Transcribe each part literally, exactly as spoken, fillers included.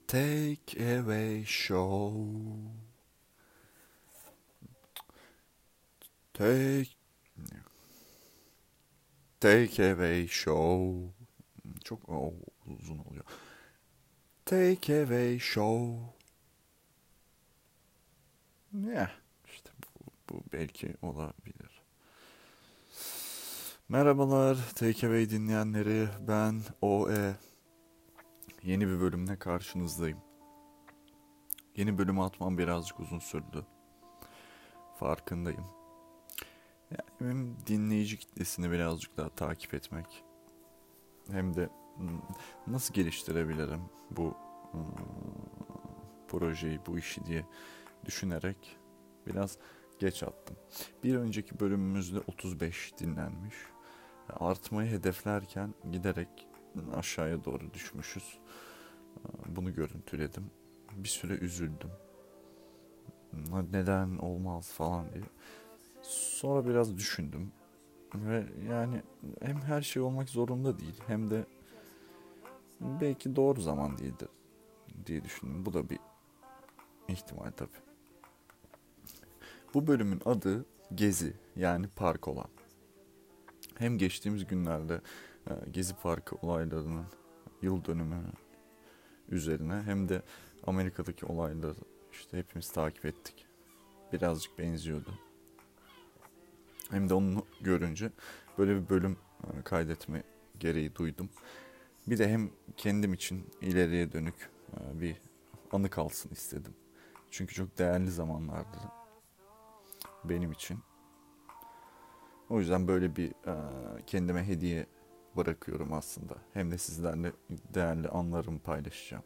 Take away show. Take Take away show. Çok oh, uzun oluyor. Take away show. Ya işte bu, bu belki olabilir. Merhabalar Take Away dinleyenleri. Ben O E. Yeni bir bölümle karşınızdayım. Yeni bölümü atmam birazcık uzun sürdü. Farkındayım. Yani hem dinleyici kitlesini birazcık daha takip etmek, hem de nasıl geliştirebilirim bu hmm, projeyi, bu işi diye düşünerek biraz geç attım. Bir önceki bölümümüzde otuz beş dinlenmiş. Artmayı hedeflerken giderek aşağıya doğru düşmüşüz. Bunu görüntüledim. Bir süre üzüldüm. Neden olmaz falan diye. Sonra biraz düşündüm. Ve yani hem her şey olmak zorunda değil, hem de belki doğru zaman değildir diye düşündüm. Bu da bir ihtimal tabii. Bu bölümün adı Gezi, yani park olan. Hem geçtiğimiz günlerde Gezi Parkı olaylarının yıl dönümü üzerine, hem de Amerika'daki olayları işte hepimiz takip ettik. Birazcık benziyordu. Hem de onu görünce böyle bir bölüm kaydetme gereği duydum. Bir de hem kendim için ileriye dönük bir anı kalsın istedim. Çünkü çok değerli zamanlardı benim için. O yüzden böyle bir kendime hediye bırakıyorum aslında. Hem de sizlerle değerli anlarımı paylaşacağım.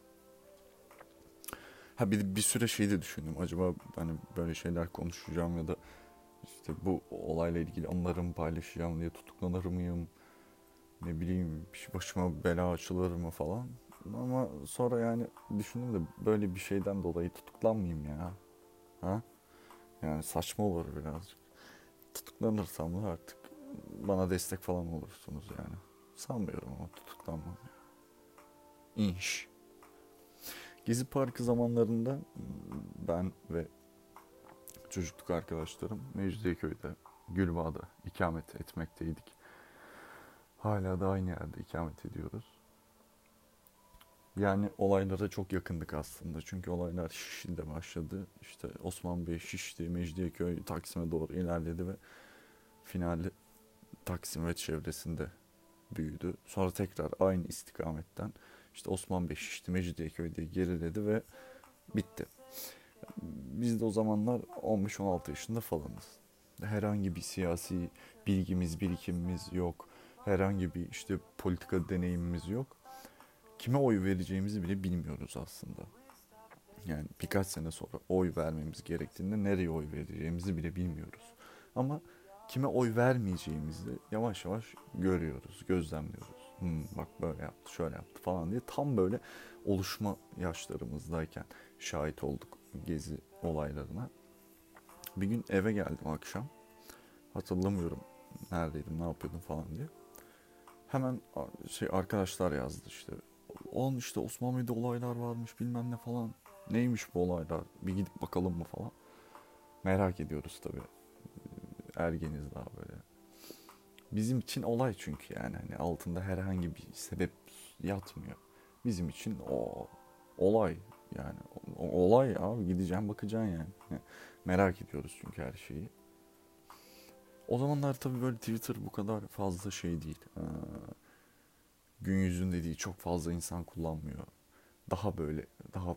Ha bir, bir süre şey de düşündüm. Acaba hani böyle şeyler konuşacağım ya da işte bu olayla ilgili anılarımı paylaşacağım diye tutuklanır mıyım? Ne bileyim başıma bela açılır mı falan. Ama sonra yani düşündüm de böyle bir şeyden dolayı tutuklanmayayım ya. Ha? Yani saçma olur birazcık. Tutuklanırsam da artık bana destek falan olursunuz yani. Sanmıyorum ama tutuklanmam. İnş. Gezi Parkı zamanlarında ben ve çocukluk arkadaşlarım Mecidiyeköy'de, Gülbağ'da ikamet etmekteydik. Hala da aynı yerde ikamet ediyoruz. Yani olaylara çok yakındık aslında. Çünkü olaylar Şişli'de başladı. İşte Osman Bey, Şişli, Mecidiyeköy, Taksim'e doğru ilerledi ve finali Taksim ve çevresinde büyüdü. Sonra tekrar aynı istikametten işte Osman Bey, Şişli, Mecidiyeköy diye geriledi ve bitti. Biz de o zamanlar on beş on altı yaşında falanız. Herhangi bir siyasi bilgimiz, birikimimiz yok. Herhangi bir işte politika deneyimimiz yok. Kime oy vereceğimizi bile bilmiyoruz aslında. Yani birkaç sene sonra oy vermemiz gerektiğinde nereye oy vereceğimizi bile bilmiyoruz. Ama kime oy vermeyeceğimizi yavaş yavaş görüyoruz, gözlemliyoruz. Hmm, bak böyle yaptı, şöyle yaptı falan diye tam böyle oluşma yaşlarımızdayken şahit olduk gezi olaylarına. Bir gün eve geldim akşam. Hatırlamıyorum neredeydim, ne yapıyordum falan diye. Hemen şey arkadaşlar yazdı işte. Oğlum işte Osman Bey'de olaylar varmış bilmem ne falan. Neymiş bu olaylar? Bir gidip bakalım mı falan. Merak ediyoruz tabii. Ergeniz daha böyle. Bizim için olay çünkü yani hani altında herhangi bir sebep yatmıyor. Bizim için o olay yani o, olay abi, gideceğim bakacaksın yani. Merak ediyoruz çünkü her şeyi. O zamanlar tabii böyle Twitter bu kadar fazla şey değil. Ee, gün yüzünde değil, çok fazla insan kullanmıyor. Daha böyle daha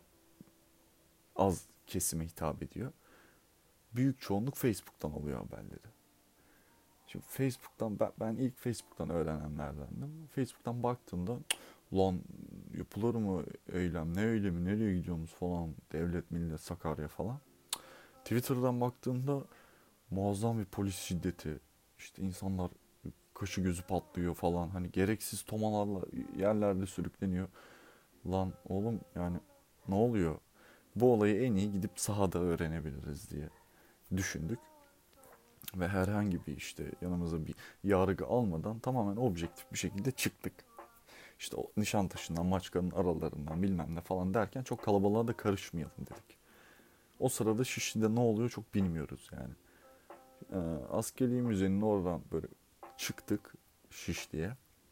az kesime hitap ediyor. Büyük çoğunluk Facebook'tan alıyor haberleri. Şimdi Facebook'tan ben, ben ilk Facebook'tan öğrenenlerdendim. Facebook'tan baktığımda ulan yapılır mı eylem, ne eylemi, nereye gidiyorsunuz falan, devlet millet Sakarya falan. Twitter'dan baktığımda muazzam bir polis şiddeti, işte insanlar kaşı gözü patlıyor falan, hani gereksiz tomalarla yerlerde sürükleniyor. Lan oğlum yani ne oluyor? Bu olayı en iyi gidip sahada öğrenebiliriz diye düşündük. Ve herhangi bir işte yanımıza bir yargı almadan tamamen objektif bir şekilde çıktık. İşte o Nişantaşı'ndan, Maçka'nın aralarından bilmem ne falan derken çok kalabalığa da karışmayalım dedik. O sırada Şişli'de ne oluyor çok bilmiyoruz yani. Ee, Askeri Müze'nin oradan böyle çıktık Şişli'ye.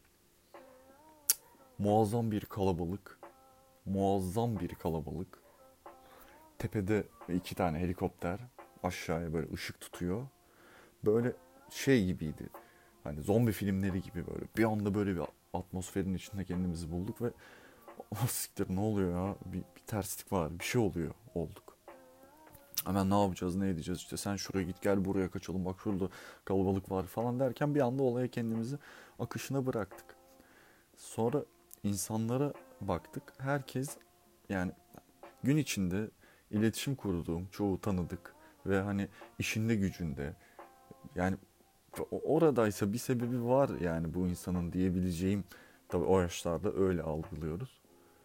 Muazzam bir kalabalık. Muazzam bir kalabalık. Tepede iki tane helikopter aşağıya böyle ışık tutuyor. Böyle şey gibiydi. Hani zombi filmleri gibi böyle. Bir anda böyle bir atmosferin içinde kendimizi bulduk ve oh, siktir ne oluyor ya? Bir, bir terslik var. Bir şey oluyor. Olduk. Hemen ne yapacağız, ne edeceğiz? İşte sen şuraya git, gel buraya kaçalım. Bak şurada kalabalık var falan derken bir anda olaya kendimizi akışına bıraktık. Sonra insanlara baktık. Herkes yani gün içinde iletişim kurduğum çoğu tanıdık ve hani işinde gücünde yani oradaysa bir sebebi var yani bu insanın diyebileceğim, tabii o yaşlarda öyle algılıyoruz.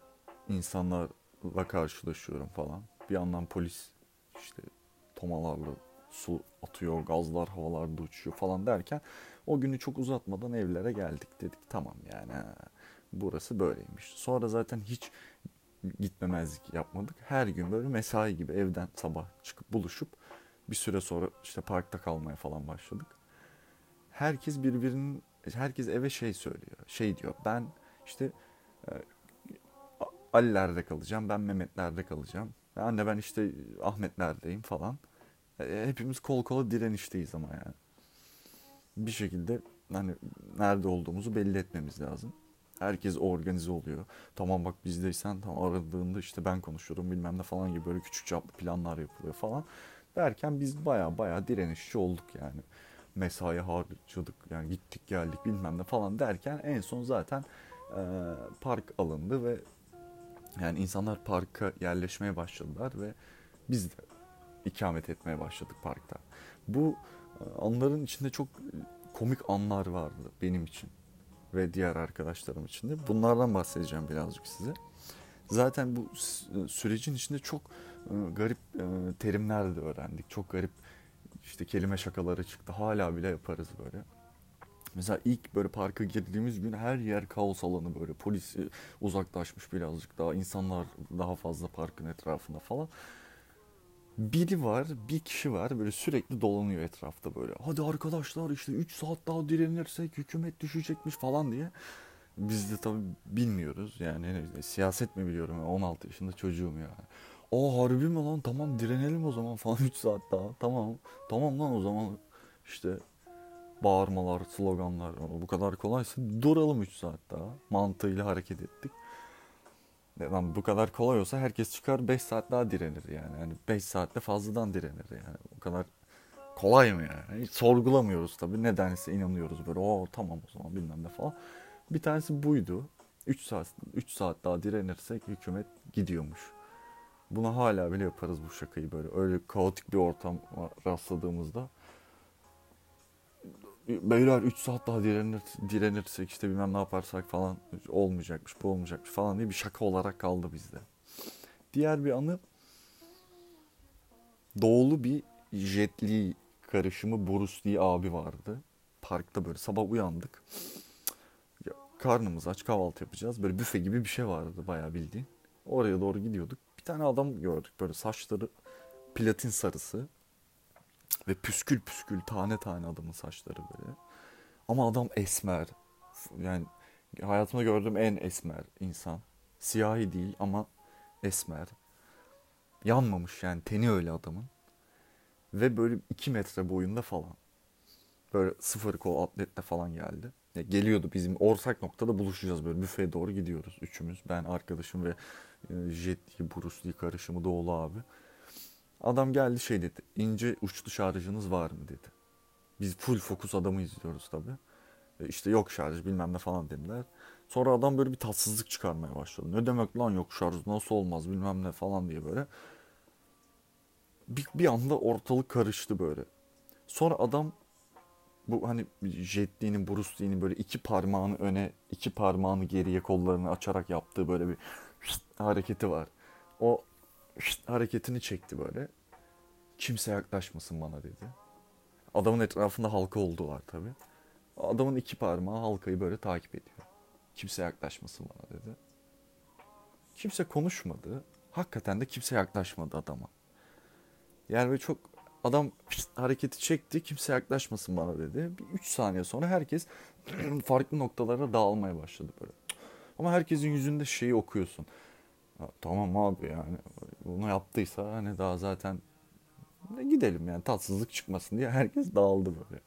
İnsanlarla karşılaşıyorum falan. Bir yandan polis işte tomalarla su atıyor, gazlar havalarda uçuyor falan derken o günü çok uzatmadan evlere geldik, dedik tamam yani ha, burası böyleymiş. Sonra zaten hiç gitmemezlik yapmadık. Her gün böyle mesai gibi evden sabah çıkıp buluşup bir süre sonra işte parkta kalmaya falan başladık. Herkes birbirinin, herkes eve şey söylüyor. Şey diyor, ben işte e, Ali'lerde kalacağım, ben Mehmet'lerde kalacağım. Anne ben işte Ahmet'lerdeyim falan. E, hepimiz kol kola direnişteyiz ama yani. Bir şekilde hani nerede olduğumuzu belli etmemiz lazım. Herkes organize oluyor. Tamam bak bizdeysen tam aradığında işte ben konuşuyorum bilmem ne falan gibi böyle küçük çaplı planlar yapılıyor falan. Derken biz baya baya direnişçi olduk yani. Mesai harcadık yani gittik geldik bilmem ne falan derken en son zaten e, park alındı ve yani insanlar parka yerleşmeye başladılar ve biz de ikamet etmeye başladık parkta. Bu e, anların içinde çok komik anlar vardı benim için ve diğer arkadaşlarım için de. Bunlardan bahsedeceğim birazcık size. Zaten bu sürecin içinde çok e, garip e, terimler de öğrendik. Çok garip işte kelime şakaları çıktı. Hala bile yaparız böyle. Mesela ilk böyle parka girdiğimiz gün her yer kaos alanı böyle. Polis e, uzaklaşmış birazcık daha. İnsanlar daha fazla parkın etrafında falan. Biri var, bir kişi var böyle sürekli dolanıyor etrafta böyle. Hadi arkadaşlar işte üç saat daha direnirsek hükümet düşecekmiş falan diye. Biz de tabii bilmiyoruz yani hani siyaset mi biliyorum ya on altı yaşında çocuğum yani. O harbi mi lan, tamam direnelim o zaman falan üç saat daha tamam tamam lan o zaman işte bağırmalar sloganlar bu kadar kolaysa duralım üç saat daha mantığıyla hareket ettik. Lan bu kadar kolay olsa herkes çıkar beş saat daha direnir yani. Yani beş saatte fazladan direnir yani. O kadar kolay mı yani? Hiç sorgulamıyoruz tabii. Nedense inanıyoruz böyle. O tamam o zaman bilmem ne falan. Bir tanesi buydu. üç saat üç saat daha direnirsek hükümet gidiyormuş. Buna hala bile yaparız bu şakayı böyle. Öyle kaotik bir ortam rastladığımızda. Beyler üç saat daha direnir, direnirsek işte bilmem ne yaparsak falan olmayacakmış, bu olmayacakmış falan diye bir şaka olarak kaldı bizde. Diğer bir anı, doğulu bir Jet Li karışımı Bruce Lee abi vardı. Parkta böyle sabah uyandık. Ya, karnımız aç, kahvaltı yapacağız. Böyle büfe gibi bir şey vardı bayağı bildiğin. Oraya doğru gidiyorduk. Bir tane adam gördük böyle saçları platin sarısı. Ve püskül püskül tane tane adamın saçları böyle. Ama adam esmer. Yani hayatımda gördüğüm en esmer insan. Siyahi değil ama esmer. Yanmamış yani, teni öyle adamın. Ve böyle iki metre boyunda falan. Böyle sıfır kol atletle falan geldi. Ya geliyordu, bizim ortak noktada buluşacağız böyle büfeye doğru gidiyoruz üçümüz. Ben, arkadaşım ve e, Jet Li, Bruce Lee karışımı Doğulu abi. Adam geldi şey dedi. İnce uçlu şarjınız var mı dedi. Biz full fokus adamı izliyoruz tabii. E işte yok şarj bilmem ne falan dediler. Sonra adam böyle bir tatsızlık çıkarmaya başladı. Ne demek lan yok şarj, nasıl olmaz bilmem ne falan diye böyle. Bir, bir anda ortalık karıştı böyle. Sonra adam bu hani Jet Li'nin, Bruce Lee'nin böyle iki parmağını öne, iki parmağını geriye kollarını açarak yaptığı böyle bir hareketi var. O hareketini çekti böyle. Kimse yaklaşmasın bana dedi. Adamın etrafında halka oldular tabii. Adamın iki parmağı halkayı böyle takip ediyor. Kimse yaklaşmasın bana dedi. Kimse konuşmadı. Hakikaten de kimse yaklaşmadı adama. Yani böyle çok adam pişt, hareketi çekti. Kimse yaklaşmasın bana dedi. Bir üç saniye sonra herkes farklı noktalara dağılmaya başladı böyle. Ama herkesin yüzünde şeyi okuyorsun. Ya, tamam abi yani bunu yaptıysa hani daha zaten gidelim yani tatsızlık çıkmasın diye herkes dağıldı böyle.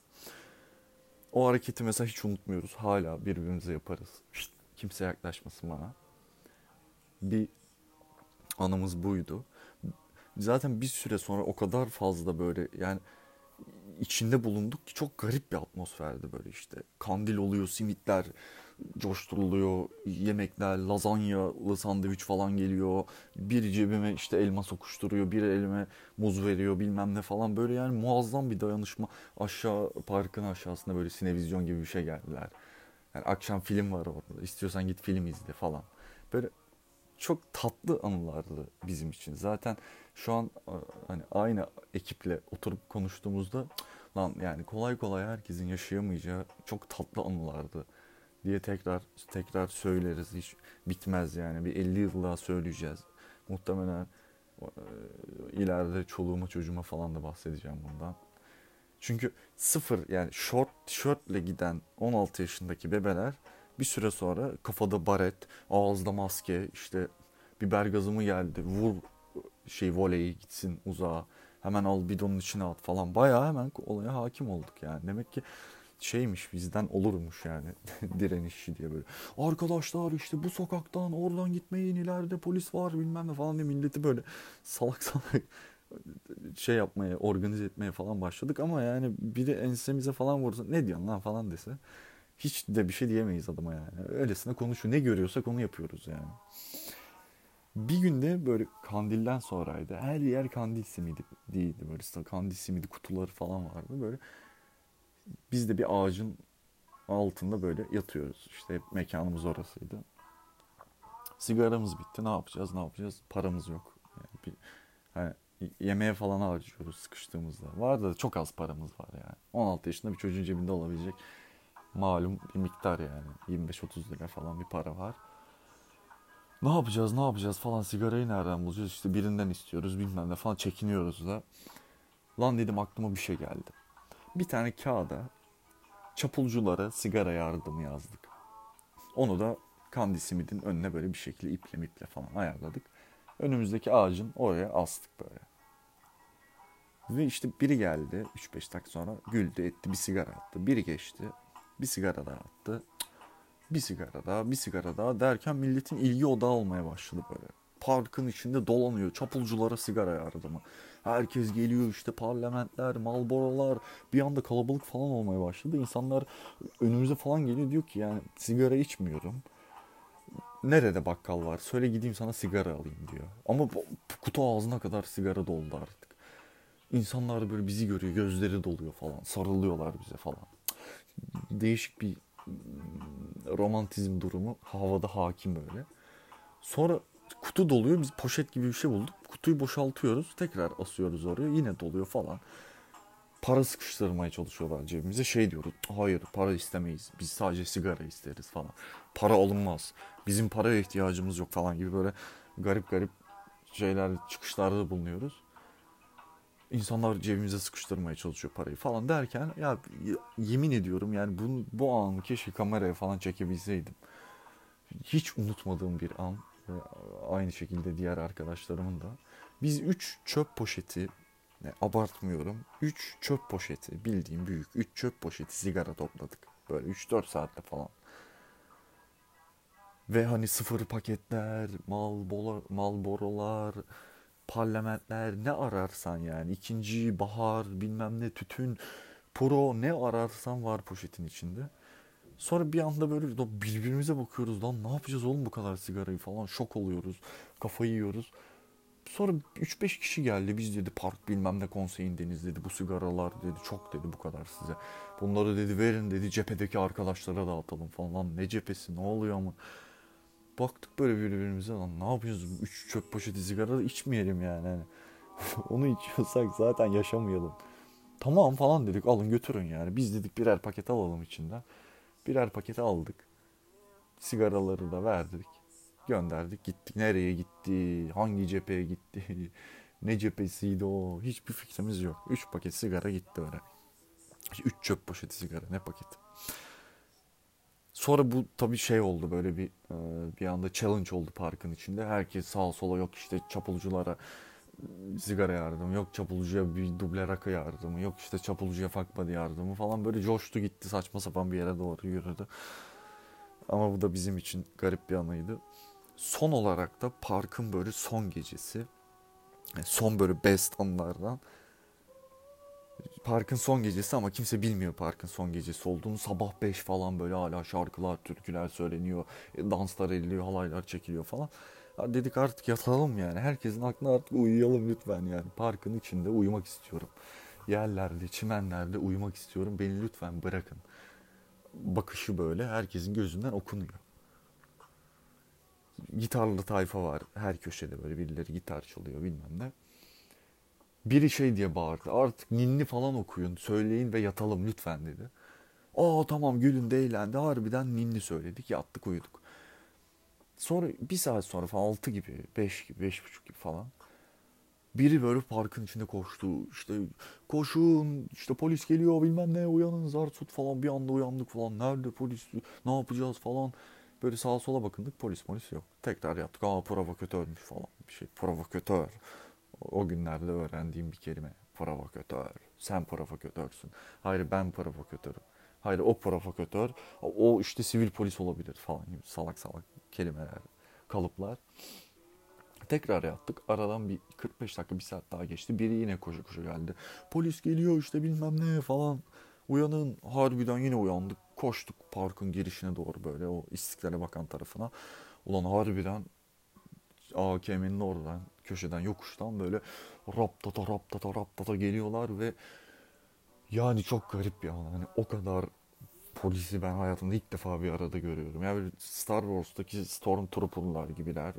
O hareketi mesela hiç unutmuyoruz. Hala birbirimize yaparız. Pişt, kimse yaklaşmasın bana. Bir anımız buydu. Zaten bir süre sonra o kadar fazla böyle yani içinde bulunduk ki çok garip bir atmosferdi böyle işte. Kandil oluyor, simitler coşturuluyor, yemekler, lazanyalı sandviç falan geliyor. Bir cebime işte elma sokuşturuyor, bir elime muz veriyor bilmem ne falan. Böyle yani muazzam bir dayanışma. Aşağı parkın aşağısında böyle sinevizyon gibi bir şey geldiler. Yani akşam film var orada. İstiyorsan git film izle falan. Böyle çok tatlı anılardı bizim için. Zaten şu an hani aynı ekiple oturup konuştuğumuzda lan yani kolay kolay herkesin yaşayamayacağı çok tatlı anılardı diye tekrar tekrar söyleriz. Hiç bitmez yani. Bir elli yıl daha söyleyeceğiz. Muhtemelen e, ileride çoluğuma çocuğuma falan da bahsedeceğim bundan. Çünkü sıfır yani short tişörtle giden on altı yaşındaki bebeler bir süre sonra kafada baret, ağızda maske, işte biber gazı mı geldi, vur şey voleyi gitsin uzağa, hemen al bidonun içine at falan. Bayağı hemen olaya hakim olduk yani. Demek ki şeymiş bizden olurmuş yani direnişçi diye böyle. Arkadaşlar işte bu sokaktan oradan gitmeyin ileride polis var bilmem ne falan diye milleti böyle salak salak şey yapmaya, organize etmeye falan başladık ama yani biri ensemize falan vursa ne diyorsun lan falan dese hiç de bir şey diyemeyiz adama yani. Öylesine konuşuyor. Ne görüyorsak onu yapıyoruz yani. Bir günde böyle kandilden sonraydı. Her yer kandil simidi değildi. Böyle kandil simidi kutuları falan vardı. Böyle biz de bir ağacın altında böyle yatıyoruz. İşte hep mekanımız orasıydı. Sigaramız bitti. Ne yapacağız? Ne yapacağız? Paramız yok. Yani bir, hani yemeğe falan harcıyoruz sıkıştığımızda. Var da çok az paramız var yani. on altı yaşında bir çocuğun cebinde olabilecek malum bir miktar yani. yirmi beş otuz lira falan bir para var. Ne yapacağız ne yapacağız falan sigarayı nereden bulacağız işte birinden istiyoruz bilmem ne falan çekiniyoruz da. Lan dedim aklıma bir şey geldi. Bir tane kağıda çapulculara sigara yardımı yazdık. Onu da Kandi Simid'in önüne böyle bir şekilde iple miple falan ayarladık. Önümüzdeki ağacın oraya astık böyle. Ve işte biri geldi üç beş dakika sonra güldü etti bir sigara attı. Biri geçti bir sigara daha attı. Bir sigara daha bir sigara daha derken milletin ilgi odağı olmaya başladı böyle. Parkın içinde dolanıyor çapulculara sigara yardımı. Herkes geliyor işte parlamentler, Marlboro'lar bir anda kalabalık falan olmaya başladı. İnsanlar önümüze falan geliyor diyor ki yani sigara içmiyorum. Nerede bakkal var? Söyle gideyim sana sigara alayım diyor. Ama kutu ağzına kadar sigara doldu artık. İnsanlar böyle bizi görüyor, gözleri doluyor falan. Sarılıyorlar bize falan. Değişik bir romantizm durumu havada hakim böyle. Sonra kutu doluyor. Biz poşet gibi bir şey bulduk. Kutuyu boşaltıyoruz. Tekrar asıyoruz oraya. Yine doluyor falan. Para sıkıştırmaya çalışıyorlar cebimize. Şey diyoruz. Hayır para istemeyiz. Biz sadece sigara isteriz falan. Para alınmaz. Bizim paraya ihtiyacımız yok falan gibi böyle garip garip şeyler çıkışlarda bulunuyoruz. İnsanlar cebimize sıkıştırmaya çalışıyor parayı falan derken ya yemin ediyorum yani bu, bu anı keşke kameraya falan çekebilseydim. Hiç unutmadığım bir an. Aynı şekilde diğer arkadaşlarımın da. Biz üç çöp poşeti, ne, abartmıyorum. Üç çöp poşeti, bildiğim büyük üç çöp poşeti sigara topladık. Böyle üç dört saatte falan. Ve hani sıfır paketler, Marlboro, Marlboro'lar, parlamentler ne ararsan yani. İkinci bahar bilmem ne tütün, pro ne ararsan var poşetin içinde. Sonra bir anda böyle birbirimize bakıyoruz lan ne yapacağız oğlum bu kadar sigarayı falan şok oluyoruz. Kafayı yiyoruz. Sonra üç beş kişi geldi biz dedi park bilmem ne konseyindeniz dedi bu sigaralar dedi çok dedi bu kadar size. Bunları dedi verin dedi cephedeki arkadaşlara dağıtalım falan lan ne cephesi ne oluyor ama. Baktık böyle birbirimize lan ne yapıyoruz üç çöp poşeti sigara da içmeyelim yani. Hani onu içiyorsak zaten yaşamayalım. Tamam falan dedik alın götürün yani biz dedik birer paket alalım içinden. Birer paket aldık. Sigaraları da verdik. Gönderdik gittik. Nereye gitti? Hangi cepheye gitti? Ne cephesiydi o? Hiçbir fikrimiz yok. Üç paket sigara gitti öyle. Üç çöp poşeti sigara, ne paketi. Sonra bu tabii şey oldu, böyle bir e, bir anda challenge oldu parkın içinde. Herkes sağa sola, yok işte çapulculara sigara yardımı, yok çapulcuya bir duble rakı yardımı, yok işte çapulcuya fuck buddy yardımı falan, böyle coştu gitti, saçma sapan bir yere doğru yürüdü. Ama bu da bizim için garip bir anıydı. Son olarak da parkın böyle son gecesi, yani son böyle best anlardan, parkın son gecesi ama kimse bilmiyor parkın son gecesi olduğunu. Sabah beş falan böyle hala şarkılar, türküler söyleniyor. Danslar ediliyor, halaylar çekiliyor falan. Ya dedik artık yatalım yani. Herkesin aklına artık uyuyalım lütfen yani. Parkın içinde uyumak istiyorum. Yerlerde, çimenlerde uyumak istiyorum. Beni lütfen bırakın. Bakışı böyle herkesin gözünden okunuyor. Gitarlı tayfa var her köşede, böyle birileri gitar çalıyor bilmem ne. Biri şey diye bağırdı. Artık ninni falan okuyun, söyleyin ve yatalım lütfen dedi. Aa tamam, gülün de eğlendi. Harbiden ninni söyledik, yattık, uyuduk. Sonra bir saat sonra falan, altı gibi, beş gibi, beş buçuk gibi falan. Biri böyle parkın içinde koştu. İşte koşun, işte polis geliyor bilmem ne, uyanın zar tut falan. Bir anda uyandık falan. Nerede polis, ne yapacağız falan. Böyle sağa sola bakındık, polis polis yok. Tekrar yattık. Aa provokatörmüş falan bir şey. Provokatör. O günlerde öğrendiğim bir kelime. Provokatör. Sen provokatörsün. Hayır ben provokatörüm. Hayır o provokatör. O işte sivil polis olabilir falan gibi salak salak kelimeler, kalıplar. Tekrar yattık. Aradan bir kırk beş dakika, bir saat daha geçti. Biri yine koşu koşu geldi. Polis geliyor işte bilmem ne falan. Uyanın. Harbiden yine uyandık. Koştuk parkın girişine doğru, böyle o İstiklal'e bakan tarafına. Ulan harbiden A K M'nin oradan, köşeden, yokuştan böyle raptata raptata raptata geliyorlar ve yani çok garip bir an. Hani o kadar polisi ben hayatımda ilk defa bir arada görüyorum. Yani Star Wars'taki Stormtrooper'lar gibiler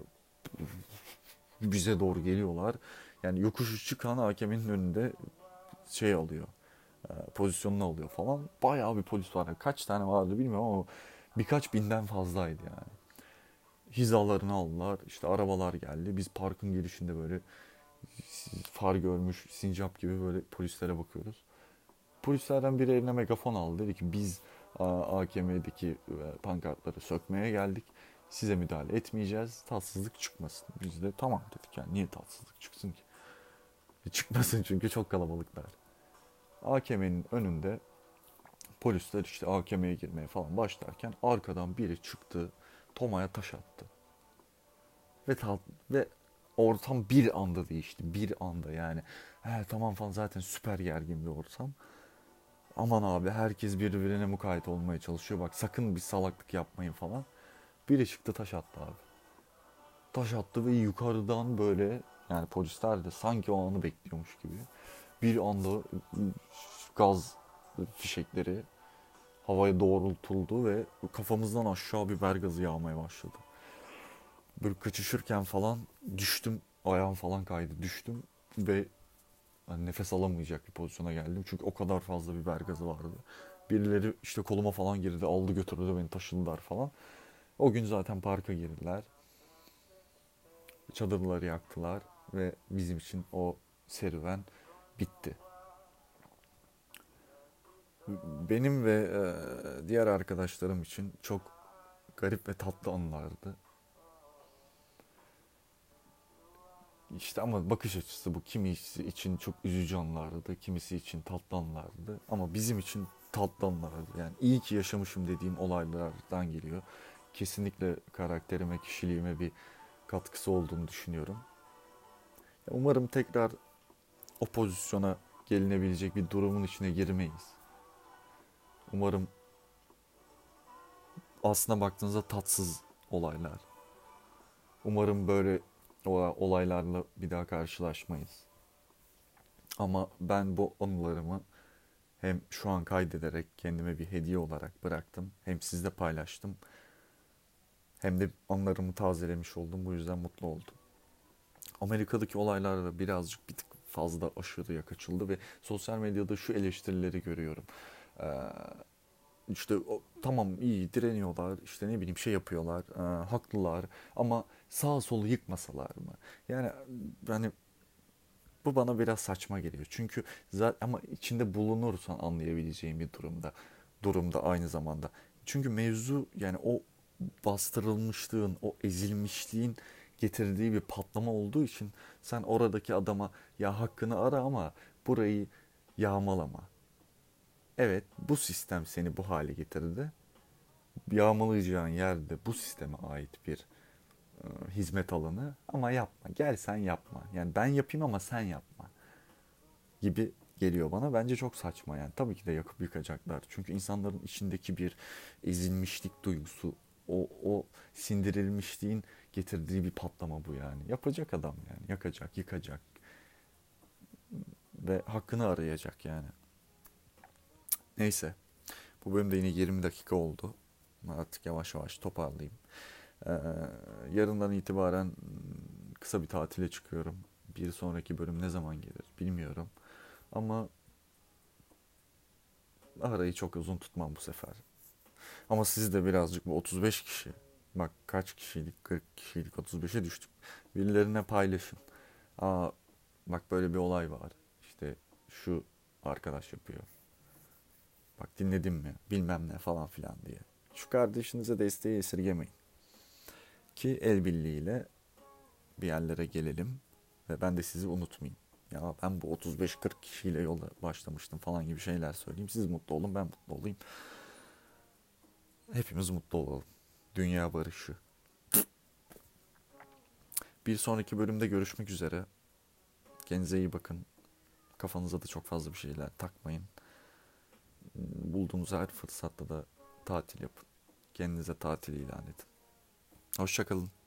bize doğru geliyorlar. Yani yokuşu çıkan A K M'nin önünde şey alıyor, e, pozisyonunu alıyor falan. Bayağı bir polis var. Kaç tane vardı bilmiyorum ama birkaç binden fazlaydı yani. Hizalarını aldılar. İşte arabalar geldi. Biz parkın girişinde böyle far görmüş sincap gibi böyle polislere bakıyoruz. Polislerden biri eline megafon aldı. Dedi ki biz A K M'deki pankartları sökmeye geldik. Size müdahale etmeyeceğiz. Tatsızlık çıkmasın. Biz de tamam dedik, yani niye tatsızlık çıksın ki? E, çıkmasın çünkü çok kalabalıklar. A K M'nin önünde polisler işte A K M'ye girmeye falan başlarken arkadan biri çıktı. Toma'ya taş attı. Ve tat, ve ortam bir anda değişti. Bir anda yani. He tamam falan, zaten süper gergin bir ortam. Aman abi, herkes birbirine mukayyet olmaya çalışıyor. Bak sakın bir salaklık yapmayın falan. Biri çıktı taş attı abi. Taş attı ve yukarıdan böyle, yani polisler de sanki o anı bekliyormuş gibi. Bir anda gaz fişekleri havaya doğrultuldu ve kafamızdan aşağı biber gazı yağmaya başladı. Böyle kaçışırken falan düştüm. Ayağım falan kaydı. Düştüm ve hani nefes alamayacak bir pozisyona geldim. Çünkü o kadar fazla biber gazı vardı. Birileri işte koluma falan girdi. Aldı götürdü beni, taşıdılar falan. O gün zaten parka girdiler. Çadırları yaktılar ve bizim için o serüven bitti. Benim ve e, diğer arkadaşlarım için çok garip ve tatlı anılardı. İşte ama bakış açısı bu. Kimisi için çok üzücü anlardı, kimisi için tatlı anlardı. Ama bizim için tatlı anlardı. Yani iyi ki yaşamışım dediğim olaylardan geliyor. Kesinlikle karakterime, kişiliğime bir katkısı olduğunu düşünüyorum. Umarım tekrar o pozisyona gelinebilecek bir durumun içine girmeyiz. Umarım aslına baktığınızda tatsız olaylar. Umarım böyle olaylarla bir daha karşılaşmayız. Ama ben bu anılarımı hem şu an kaydederek kendime bir hediye olarak bıraktım. Hem sizle paylaştım. Hem de anılarımı tazelemiş oldum. Bu yüzden mutlu oldum. Amerika'daki olaylar da birazcık bir tık fazla aşırıya kaçıldı ve sosyal medyada şu eleştirileri görüyorum. Ee, İşte o, tamam iyi direniyorlar, işte ne bileyim şey yapıyorlar, e, haklılar ama sağa solu yıkmasalar mı? Yani hani bu bana biraz saçma geliyor. Çünkü zaten ama içinde bulunursan anlayabileceğin bir durumda. Durumda aynı zamanda. Çünkü mevzu yani o bastırılmışlığın, o ezilmişliğin getirdiği bir patlama olduğu için sen oradaki adama ya hakkını ara ama burayı yağmalama. Evet, bu sistem seni bu hale getirdi. Yağmalayacağın yerde bu sisteme ait bir e, hizmet alanı ama yapma. Gel sen yapma. Yani ben yapayım ama sen yapma gibi geliyor bana. Bence çok saçma yani. Tabii ki de yakıp yıkacaklar. Çünkü insanların içindeki bir ezilmişlik duygusu, o, o sindirilmişliğin getirdiği bir patlama bu yani. Yapacak adam yani. Yakacak, yıkacak ve hakkını arayacak yani. Neyse. Bu bölümde yine yirmi dakika oldu. Artık yavaş yavaş toparlayayım. Ee, yarından itibaren kısa bir tatile çıkıyorum. Bir sonraki bölüm ne zaman gelir bilmiyorum. Ama arayı çok uzun tutmam bu sefer. Ama siz de birazcık bu otuz beş kişi. Bak kaç kişiydik? kırk kişiydik, otuz beşe düştük. Birilerine paylaşın. Aa bak böyle bir olay var. İşte şu arkadaş yapıyor. Bak dinledin mi? Bilmem ne falan filan diye. Şu kardeşinize desteği esirgemeyin. Ki el birliğiyle bir yerlere gelelim. Ve ben de sizi unutmayayım. Ya ben bu otuz beş kırk kişiyle yola başlamıştım falan gibi şeyler söyleyeyim. Siz mutlu olun, ben mutlu olayım. Hepimiz mutlu olalım. Dünya barışı. Bir sonraki bölümde görüşmek üzere. Kendinize iyi bakın. Kafanıza da çok fazla bir şeyler takmayın. Bulduğunuz her fırsatta da tatil yapın. Kendinize tatil ilan edin. Hoşça kalın.